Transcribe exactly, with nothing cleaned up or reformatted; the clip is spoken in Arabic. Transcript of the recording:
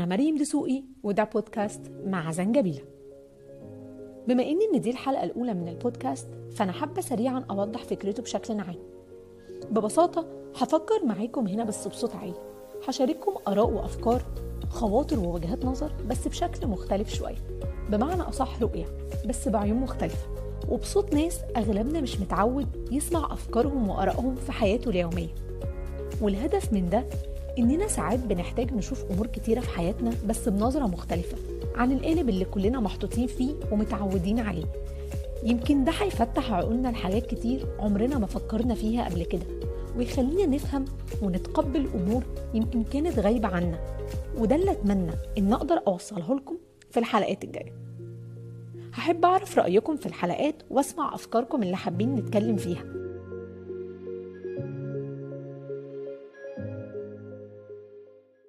مريم دسوقي وده بودكاست مع زنجبيلة. بما إن إن دي الحلقة الأولى من البودكاست فأنا حابة سريعا أوضح فكرته بشكل عام. ببساطة هفكر معاكم هنا بس بصوت عالي، هشارككم آراء وأفكار، خواطر ووجهات نظر بس بشكل مختلف شوية، بمعنى أصح رؤية بس بعيون مختلفة وبصوت ناس أغلبنا مش متعود يسمع أفكارهم وآرائهم في حياته اليومية. والهدف من ده إننا ساعات بنحتاج نشوف أمور كتيرة في حياتنا بس بنظرة مختلفة عن القالب اللي كلنا محطوطين فيه ومتعودين عليه. يمكن ده هيفتح عقولنا لحاجات كتير عمرنا ما فكرنا فيها قبل كده، ويخلينا نفهم ونتقبل أمور يمكن كانت غايبة عنا. وده اللي أتمنى إن أقدر أوصله لكم في الحلقات الجاية. هحب أعرف رأيكم في الحلقات واسمع أفكاركم اللي حابين نتكلم فيها.